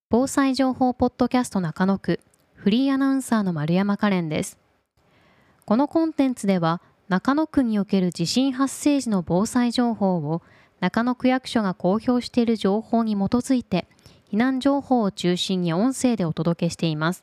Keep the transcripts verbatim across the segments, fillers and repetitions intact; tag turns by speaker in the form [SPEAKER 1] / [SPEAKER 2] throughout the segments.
[SPEAKER 1] 防災情報ポッドキャスト中野区フリーアナウンサーの丸山カレンです。このコンテンツでは中野区における地震発生時の防災情報を中野区役所が公表している情報に基づいて避難情報を中心に音声でお届けしています。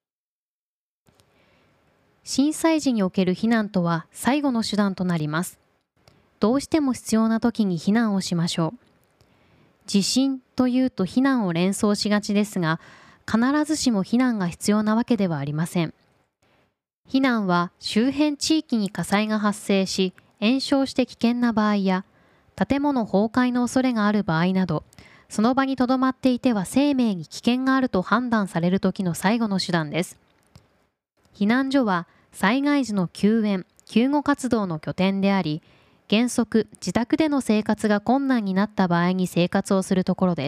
[SPEAKER 1] 震災時における避難とは最後の手段となります。どうしても必要な時に避難をしましょう。地震というと避難を連想しがちですが、必ずしも避難が必要なわけではありません。避難は周辺地域に火災が発生し、延焼して危険な場合や、建物崩壊の恐れがある場合など、その場に留まっていては生命に危険があると判断される時の最後の手段です。避難所は災害時の救援・救護活動の拠点であり、原則自宅での生活が困難になった場合に生活をするところです。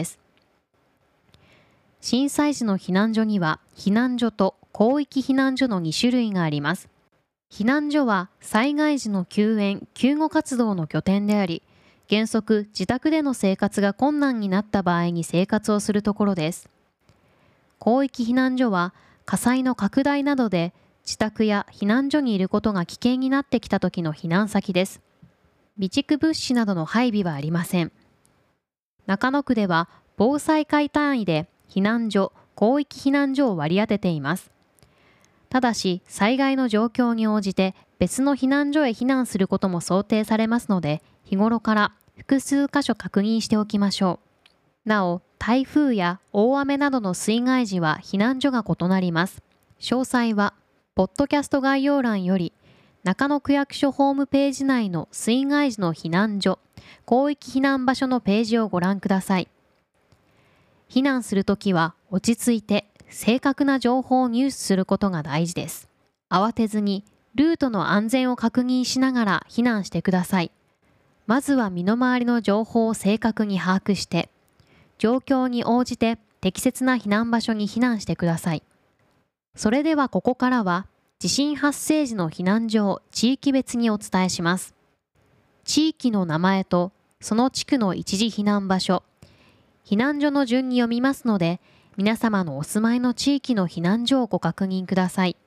[SPEAKER 1] 震災時の避難所には避難所と広域避難所のに種類があります。避難所は災害時の救援・救護活動の拠点であり、原則自宅での生活が困難になった場合に生活をするところです。広域避難所は火災の拡大などで自宅や避難所にいることが危険になってきた時の避難先です。備蓄物資などの配備はありません。中野区では防災会単位で避難所・広域避難所を割り当てています。ただし、災害の状況に応じて別の避難所へ避難することも想定されますので、日頃から複数箇所確認しておきましょう。なお、台風や大雨などの水害時は避難所が異なります。詳細は、ポッドキャスト概要欄より、中野区役所ホームページ内の水害時の避難所・広域避難場所のページをご覧ください。避難するときは落ち着いて正確な情報を入手することが大事です。慌てずにルートの安全を確認しながら避難してください。まずは身の回りの情報を正確に把握して、状況に応じて適切な避難場所に避難してください。それではここからは、地震発生時の避難所を地域別にお伝えします。地域の名前とその地区の一時避難場所、避難所の順に読みますので、皆様のお住まいの地域の避難所をご確認ください。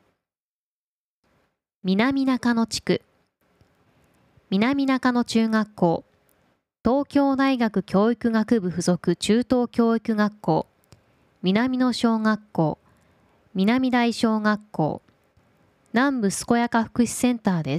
[SPEAKER 1] 南中野地区、南中野中学校、東京大学教育学部附属中等教育学校、南野小学校、南大小学校、南部健やか福祉センターです。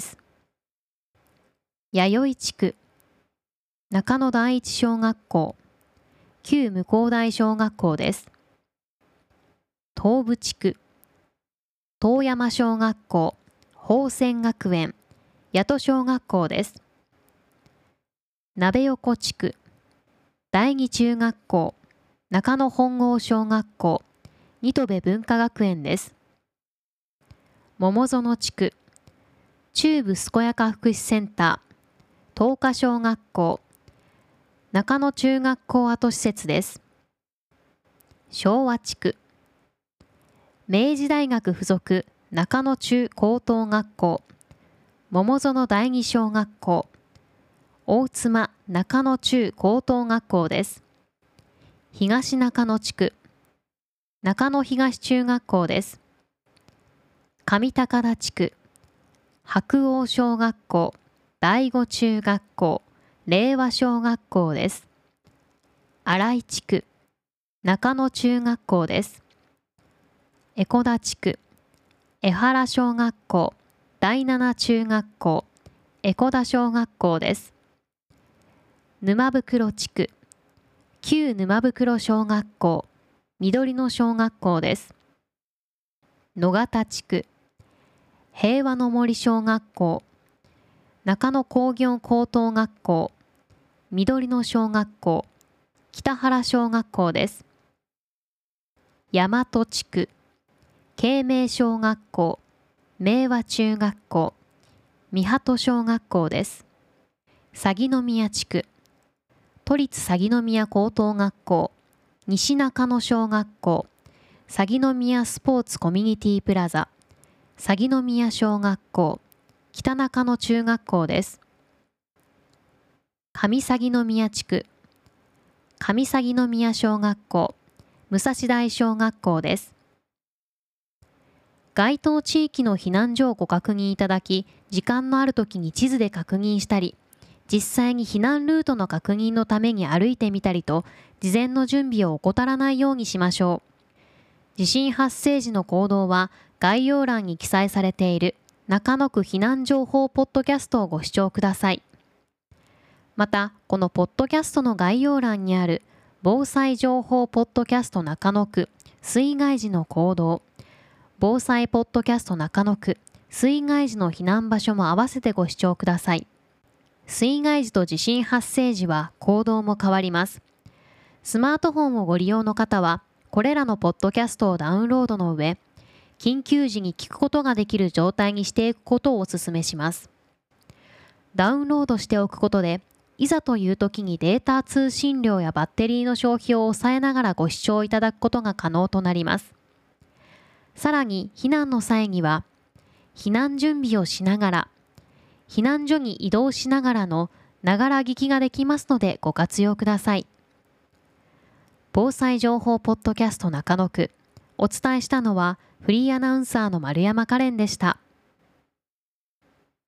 [SPEAKER 1] 弥生地区、中野第一小学校、旧向台小学校です。東部地区、遠山小学校、宝泉学園、八戸小学校です。鍋横地区、第二中学校、中野本郷小学校、新戸部文化学園です。桃園地区、中部健やか福祉センター、東華小学校、中野中学校跡施設です。昭和地区、明治大学附属中野中高等学校、桃園第二小学校、大妻中野中高等学校です。東中野地区、中野東中学校です。上高田地区、白鴎小学校、第五中学校、令和小学校です。新井地区、中野中学校です。江古田地区、江原小学校、第七中学校、江古田小学校です。沼袋地区、旧沼袋小学校、緑野小学校です。野方地区、平和の森小学校、中野工業高等学校、緑野小学校、北原小学校です。大和地区、慶明小学校、明和中学校、三鳩小学校です。鷺宮地区、都立鷺宮高等学校、西中野小学校、鷺宮スポーツコミュニティプラザ、鷺宮小学校、北中野中学校です。上鷺宮地区、上鷺宮小学校、 武蔵大小学校です。該当地域の避難所をご確認いただき、時間のあるときに地図で確認したり、実際に避難ルートの確認のために歩いてみたりと、事前の準備を怠らないようにしましょう。地震発生時の行動は概要欄に記載されている中野区避難情報ポッドキャストをご視聴ください。また、このポッドキャストの概要欄にある防災情報ポッドキャスト中野区水害時の行動、防災ポッドキャスト中野区水害時の避難場所も合わせてご視聴ください。水害時と地震発生時は行動も変わります。スマートフォンをご利用の方は、これらのポッドキャストをダウンロードの上、緊急時に聞くことができる状態にしていくことをお勧めします。ダウンロードしておくことで、いざという時にデータ通信量やバッテリーの消費を抑えながらご視聴いただくことが可能となります。さらに、避難の際には、避難準備をしながら、避難所に移動しながらのながら聞きができますのでご活用ください。防災情報ポッドキャスト中野区、お伝えしたのはフリーアナウンサーの丸山カレンでした。